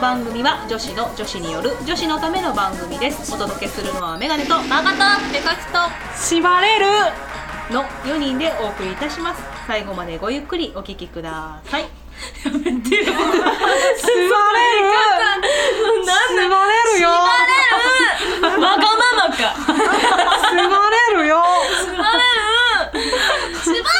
番組は女子による女子のための番組です。お届けするのはメガネとマガとデカキと縛れるの4人でお送りいたします。最後までごゆっくりお聞きください。 やめてよ。縛れる。 縛れるよ。 縛れる。わがままか。 縛れるよ。 縛れる。縛れる。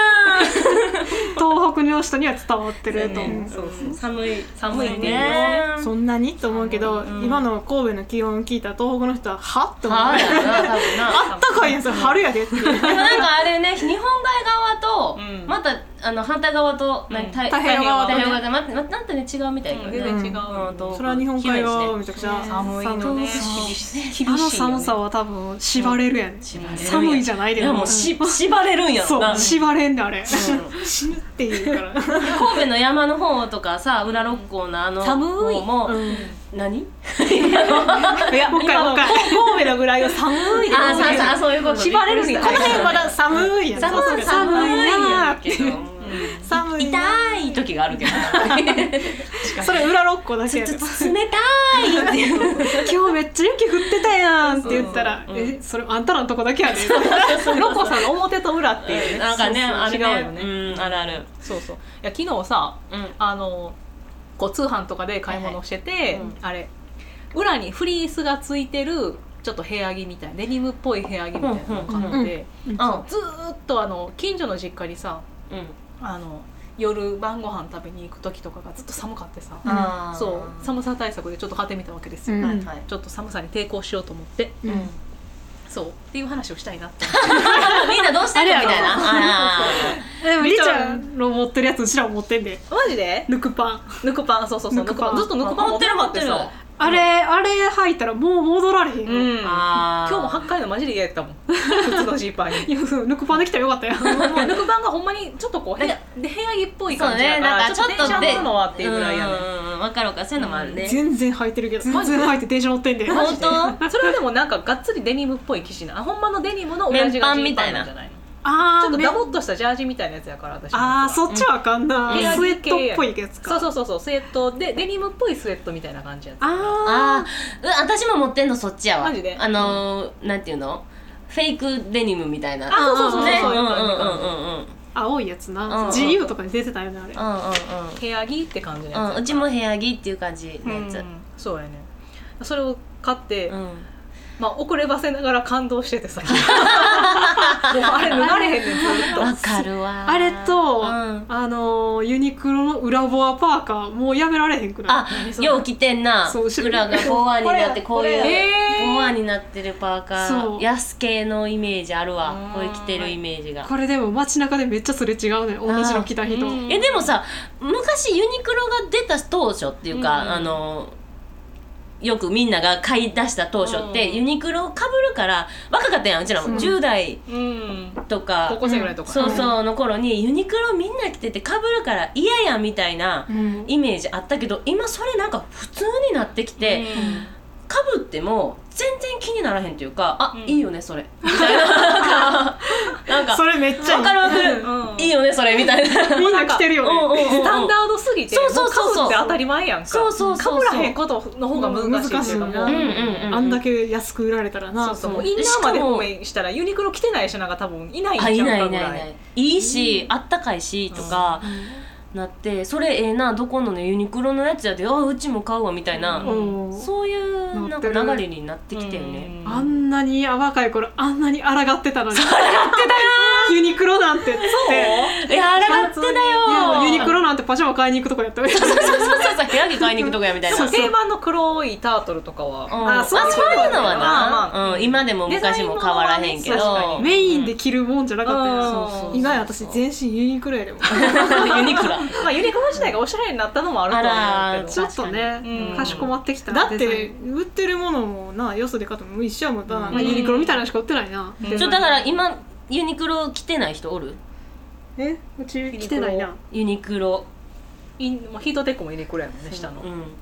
東北の人には伝わってると思う。 そうそう、 寒いね。 そんなにと思うけど、今の神戸の気温聞いたら東北の人ははっと思う。 はやな、多分な。 あったかいやつ春やでって。 でもなんかあれね、日本海側と、また反対側と太平洋側でなんてね違うみたいなね。 全然違う。 それは日本海側はめちゃくちゃ寒いのね。 あの寒さは多分縛れるやね。寒いじゃないで。 いやもう縛れるんやろな。 そう縛れんねあれ。死ぬって言うから。 神戸の山の方とかさ、裏六甲の寒い方も何？ いや、もう一回神戸のぐらいは寒い。 あ、そういうこと。 縛れるみたいな。 この辺まだ寒いやん。 寒いなけど。 寒い痛い時があるけど。 それ裏六甲だけやろ。 冷たいっていう。 今日めっちゃ雪降ってたやんって言ったら、それあんたらのとこだけやで。 ロコさんの表と裏っていうね。 なんかね、あれ違うよね。 あるある。 そうそう。いや昨日さ、こう通販とかで買い物してて、あれ裏にフリースがついてるちょっと部屋着みたいなデニムっぽい部屋着みたいなのを買って、ずーっと近所の実家にさ、夜晩ご飯食べに行く時とかがずっと寒かってさ、そう寒さ対策でちょっと買ってみたわけですよ、ちょっと寒さに抵抗しようと思って、そうっていう話をしたいなってみんなどうしてるみたいな。 でもりちゃんの持ってるやつうちらも持ってんで。 マジで？ ぬくパン、 そうそうそう、ぬくパンずっとぬくパン持ってなかったさ。 あれ履いたらもう戻られへんよ。 今日も8回のマジで嫌やったもん。普通のジーパンに。 いや、ぬくパンできたらよかったよ。 ぬくパンがほんまにちょっとこう部屋着っぽい感じやからちょっと電車乗るのはっていうぐらいやね。 わかるそういうのもあるね。 全然履いてるけど、全然履いて電車乗ってんで。 本当？ それはでもなんかがっつりデニムっぽい生地な。ほんまのデニムの裏地がジーパンなんじゃないの？ちょっとダボっとしたジャージみたいなやつやから私。 そっちはあかんな。スウェットっぽいやつか。 そうスウェットでデニムっぽいスウェットみたいな感じやつ。 私も持ってんのそっちやわ。 マジで？ なんていうの？フェイクデニムみたいな。 そうね。 青いやつな。GU とかに出てたよねあれ。 部屋着って感じのやつ。 うちも部屋着っていう感じのやつ。 そうやね。それを買って。遅ればせながら感動しててさもうあれ脱がれへんねんずっと。 わかるわ。 あれと、ユニクロの裏ボアパーカーもうやめられへんくない。よう着てんな。裏がボアになってこういうボアになってるパーカー、安系のイメージあるわ。これ着てるイメージが。 これでも街中でめっちゃすれ違うね、同じの着た人。 でもさ、昔ユニクロが出た当初っていうか、よくみんなが買い出した当初ってユニクロをかぶるから若かったやん。うちらも10代とか高校生ぐらいとかそうの頃にユニクロみんな着ててかぶるから嫌やみたいなイメージあったけど、今それなんか普通になってきて、かぶっても全然気にならへんっていうか、いいよねそれみたいな。なんかそれめっちゃいい。 わかる、いいよねそれみたいな。 みんな着てるよね。 スタンダードすぎてかぶって当たり前やんか。かぶらへんことの方が難しいっていうか、もうあんだけ安く売られたらな。 そうインナーまで方面したらユニクロ着てない人なんか多分いないんちゃうかぐらい。 いいし、あったかいしとかなって、それなどこのねユニクロのやつやで、うちも買うわみたいな、そういうなんか流れになってきてよね。 あんなに若い頃あんなに抗ってたのに。抗ってたよユニクロなんてって。 いや抗ってたよ。 ユニクロなんてパジャマ買いに行くとこやった。そう部屋着買いに行くとこやみたいな。 定番の黒いタートルとかはそういうのはな、今でも昔も変わらへんけどメインで着るもんじゃなかったよ。意外私全身ユニクロやでも。 ユニクロユニクロ自体がおしゃれになったのもあると思うけど、 ちょっとねかしこまってきた。だって売ってるものもな、よそで買っても一緒やもんな。ユニクロみたいなのしか売ってないな。 だから今ユニクロ着てない人おる？ うち着てないな。 ユニクロヒートテックもユニクロやもんね、下の。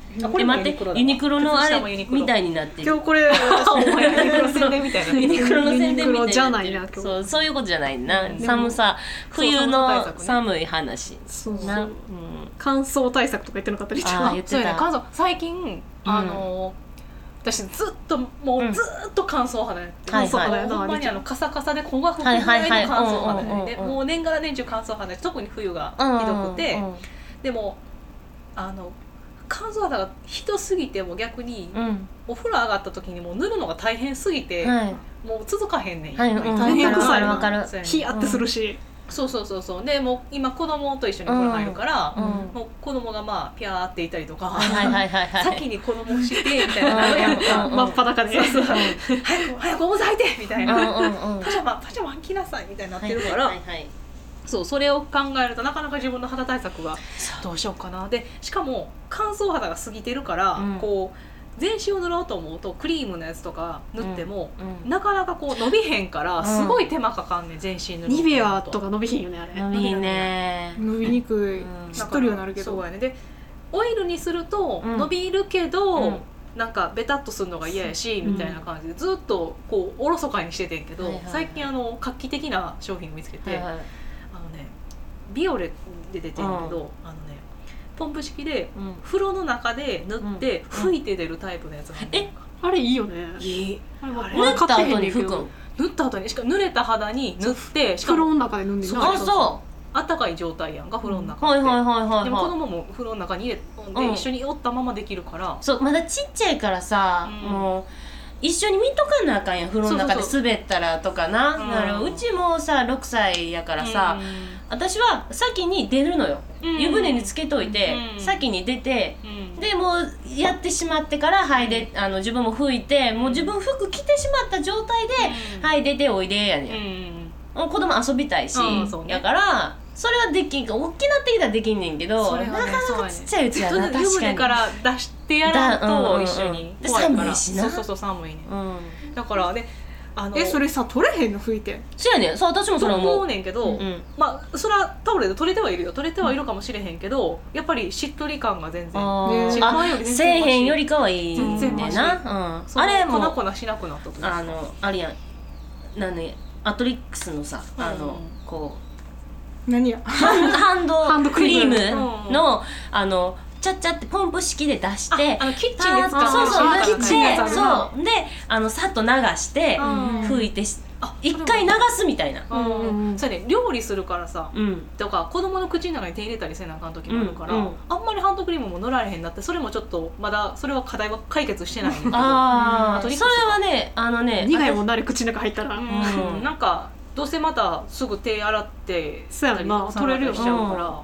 で待ってユニクロのあれみたいになってる。 今日これユニクロ宣伝みたいな。 ユニクロの宣伝みたいになってる。 ユニクロじゃないな今日。 そういうことじゃないな。寒さ冬の寒い話。 そうそうな。 乾燥対策とか言ってなかったりして。 あ言ってた。 乾燥最近私ずっと乾燥肌やって、 乾燥肌やほんまにカサカサで子が吹くぐらいの乾燥肌で、もう年がら年中乾燥肌で、特に冬がひどくて、でも乾燥肌がひどすぎても逆にお風呂上がった時にもう塗るのが大変すぎて、もう続かへんねん。 大変臭いわかる。 ヒヤってするし。 そうでもう今子供と一緒にお風呂入るから、もう子供がまあピャーっていたりとか、先に子供してみたいなのやんか、 真っ裸で早くおむつ履いてみたいな、パジャマ履きなさいみたいになってるから、それを考えるとなかなか自分の肌対策がどうしようかな。でしかも乾燥肌が過ぎてるから、こう全身を塗ろうと思うとクリームのやつとか塗っても、なかなかこう伸びへんからすごい手間かかんねん、全身塗る。 ニベアとか伸びひんよねあれ。 伸びひんね。 伸びにくい。しっとりはなるけど。 そうやね。でオイルにすると伸びるけど、なんかベタっとするのが嫌やし、みたいな感じでずっとこうおろそかにしててんけど、最近画期的な商品を見つけて、ビオレで出てるけど、ポンプ式で風呂の中で塗って拭いて出るタイプのやつがある。 あれいいよね。 いい。 塗った後に拭くん。 塗った後にしか濡れた肌に塗って、しか風呂もの中で塗んでる。 あそう。 あったかい状態やんか風呂の中って。でも子供も風呂の中に入れて一緒におったままできるから。 そうまだちっちゃいからさ、もう一緒に見とかなあかんやん。風呂の中で滑ったらとかな。うちもさ6歳やからさ、私は先に出るのよ。湯船につけといて先に出て、でもうやってしまってからはいで自分も拭いて、もう自分服着てしまった状態ではい出ておいでやねん。子供遊びたいしやからそれはできんか、大きなってきたらできんねんけど、なかなかちっちゃいうちはな。確かに湯船から出してやらんと一緒に怖いから。寒いしな。 そう寒いね。だからね、 それさ取れへんの拭いて。 そうやねん。そう私もそれ思うねんけど、まあそれはタオルで取れてはいるよ。取れてはいるかもしれへんけど、やっぱりしっとり感が全然せえへんよりかはいいねんな。あれも粉々しなくなったとか。 あれやん。アトリックスのさこう何やハンドクリームのちゃっちゃってポンプ式で出して、 キッチンで使う。 そうキッチンでそうでさっと流して拭いて一回流すみたいな。 それで料理するからさ、とか子供の口の中に手入れたりせなあかん時もあるから、あんまりハンドクリームも塗られへんなって、それもちょっとまだそれは課題は解決してないんだけど。 それはね苦いもんなれ口の中入ったら、 なんかどうせまたすぐ手洗ってそうやな取れるようにしちゃうから。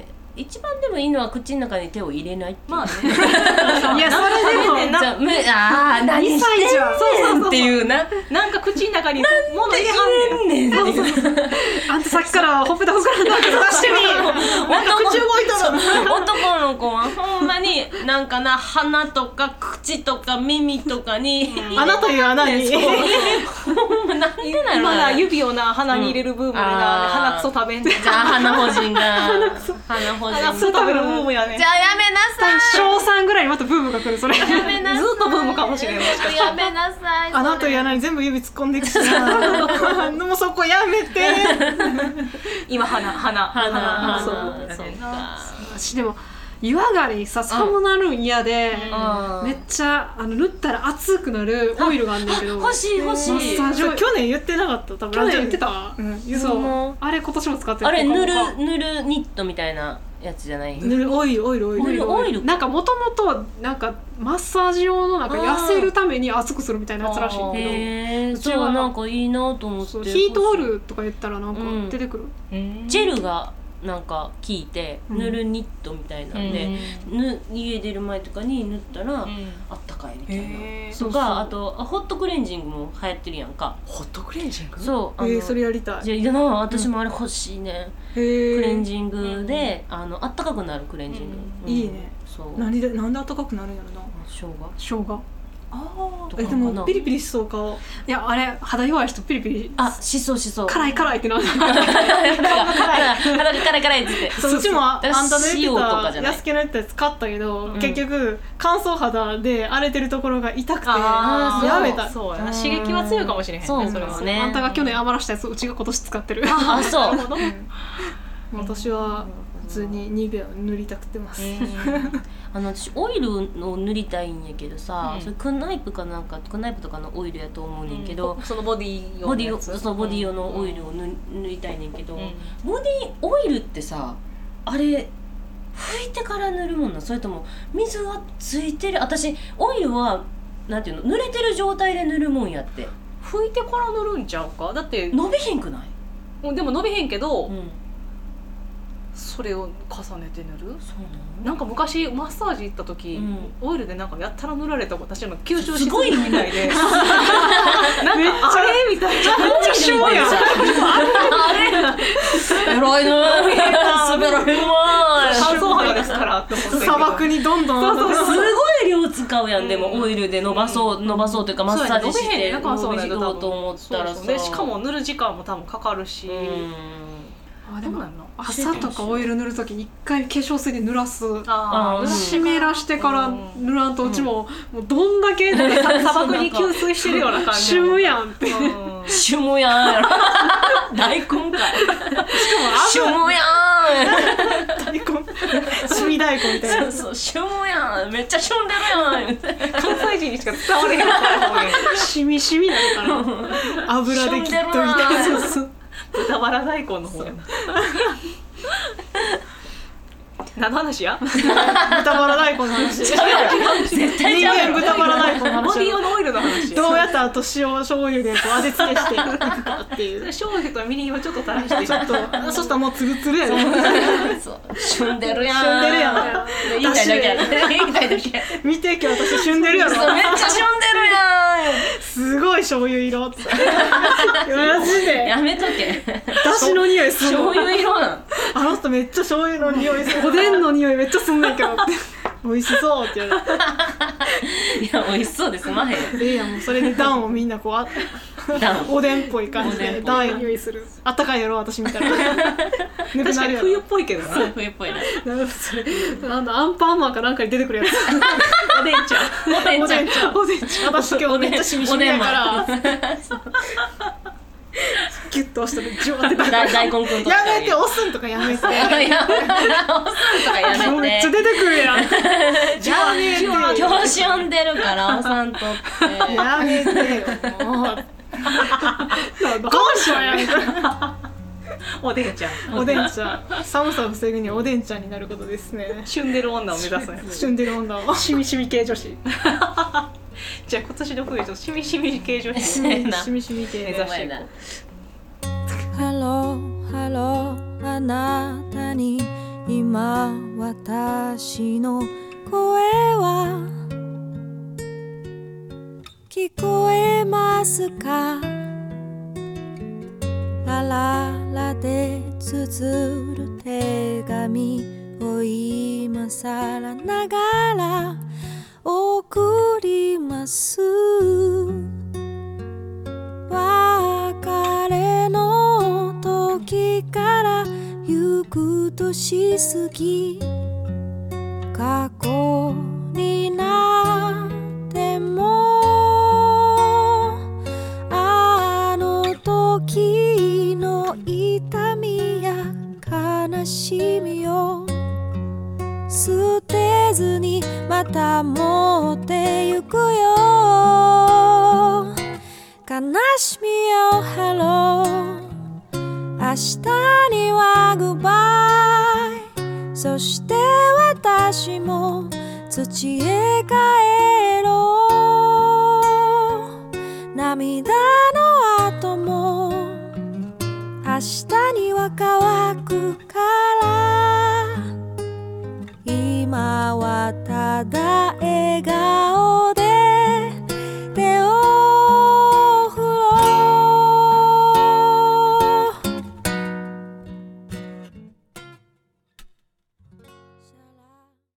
一番でもいいのは口の中に手を入れないっていう。 まあね。 いやそれでも何してんねんっていうな。 なんか口の中に物入れはんねんっていう。 あんたさっきからほっぺた膨らんだけど出してみ。口動いたの。 男の子はほんまになんかな、鼻とか口とか耳とかに穴という穴に。 なんでなの。 まだ指をな鼻に入れるブームでな、鼻くそ食べんねん。 じゃあ鼻保人が鼻くそ食べるブームやねん。 じゃあやめなさい。 小3ぐらいにまたブームが来る。それやめなさい。 ずっとブームかもしれない。 やめなさい。 穴という穴に全部指突っ込んでいくしさ。もうそこやめて。 今鼻そうか。私でも湯上がりさ寒なるん嫌で、めっちゃ塗ったら熱くなるオイルがあんねんけど。 欲しい。去年言ってなかった。多分ラジオ言ってた。そう。あれ今年も使ってる。 あれ塗るニットみたいなやつじゃない。 塗るオイル。なんかもともとなんかマッサージ用のなんか痩せるために熱くするみたいなやつらしいけど。 うちはなんかいいなと思って。 ヒートオイルとか言ったらなんか出てくる。 ジェルがなんか効いて塗るニットみたいなんで、家出る前とかに塗ったらあったかいみたいなとか、あとホットクレンジングも流行ってるやんか。 ホットクレンジング？ そうそれやりたい。 じゃあ私もあれ欲しいね。クレンジングであったかくなるクレンジング。 いいね。なんで暖かくなるんやろな。 生姜とかかな。 でもピリピリしそう顔。いやあれ肌弱い人ピリピリしそう辛い辛いってなる。 肌が辛いって言って。 うちもあんたの言塩とかってたじゃない安家のやったやつ買ったけど、結局乾燥肌で荒れてるところが痛くてやめた。 そうやな、刺激は強いかもしれへんね。 そうそれはね。 あんたが去年余らしたやつうちが今年使ってる。 そう私は普通にニベア塗りたくてます。 私オイルを塗りたいんやけどさ、それクナイプかなんかクナイプとかのオイルやと思うねんけど、 そのボディ用のやつ、 ボディ用のオイルを塗りたいねんけど、ボディオイルってさ、あれ拭いてから塗るもんな、それとも水はついてる？私オイルはなんていうの、濡れてる状態で塗るもんやって。 拭いてから塗るんちゃうか。だって伸びへんくない？ でも伸びへんけど、 うん、 それを重ねて塗る。 そうなの？ なんか昔マッサージ行った時、オイルでなんかやったら塗られた私の吸収すごいみたいでなんかあれみたいな、めっちゃしょうやん、 あれ偉いな、滑らへんわ、 乾燥肌ですからって思って砂漠にどんどんすごい量使うやん。でもオイルで伸ばそうというか、マッサージして伸びようと思ったらさ、 でしかも塗る時間も多分かかるし、 でも朝とかオイル塗るときに一回化粧水で湿らしてから塗らんと、うちもうどんだけ砂漠に給水してるような感じ、 シュムやんって、 シュムやんやろ大根かい、シュムやん大根シミ大根みたいな、 そうシュムやん、めっちゃシュンでるやん関西人にしか伝われへんからシミシミなのかな、油できっとみたいな、 豚バラ大根の方やな何の話や？ 豚バラ大根の話。 絶対人間豚バラ大根の話。 ボディ用のオイルの話。 どうやったらと塩醤油でこう味付けしていくかっていう。 醤油とみりんをちょっと垂らして、 ちょっとそしたらもうツルツルやね。 シュンでるやん。 シュンでるやん。 言いたいだけやね。言いたいだけ。 見て今日私シュンでるやろ。 めっちゃシュンでるやん。 すごい醤油色って。マジで。 やめとけ。 だしの匂いする。 醤油色なん。 あの人めっちゃ醤油の匂いする。おでんの匂いめっちゃすんねんけどって。美味しそうって言われて。 いや美味しそうです。まへん。 やもうそれでダンをみんなこうおでんっぽい感じでダン匂いする。あったかいやろ私みたいな。 確かに冬っぽいけどな。 冬っぽいな。 それアンパンマンかなんかに出てくるやつ。 おでんちゃん。 おでんちゃん。私今日めっちゃしみしみやから。ギュッと押したらジュワって大根くんとやめて押すんとかやめて。 押すんとかやめて。 めっちゃ出てくるやん。やめて。 今日しんでるから押さんとって。 やめてよもう。どうしようやめて。 おでんちゃん。 おでんちゃん。寒さを防ぐにはおでんちゃんになることですね。 旬でる女を目指すね。 旬でる女を。しみしみ系女子。 じゃあ今年の冬としみしみ系女子しみしみ系目指していこう。 ハローハローあなたに今私の声は聞こえますか？ラララで綴る手紙を今更ながら送ります。別れの時から行く年過ぎ、過去になってもあの時の痛みや悲しみを捨てずにまた持ってゆくよ。悲しみよハロー、明日にはグッバイ、そして私も土へ帰ろう。涙の後も明日には乾くから、今はただ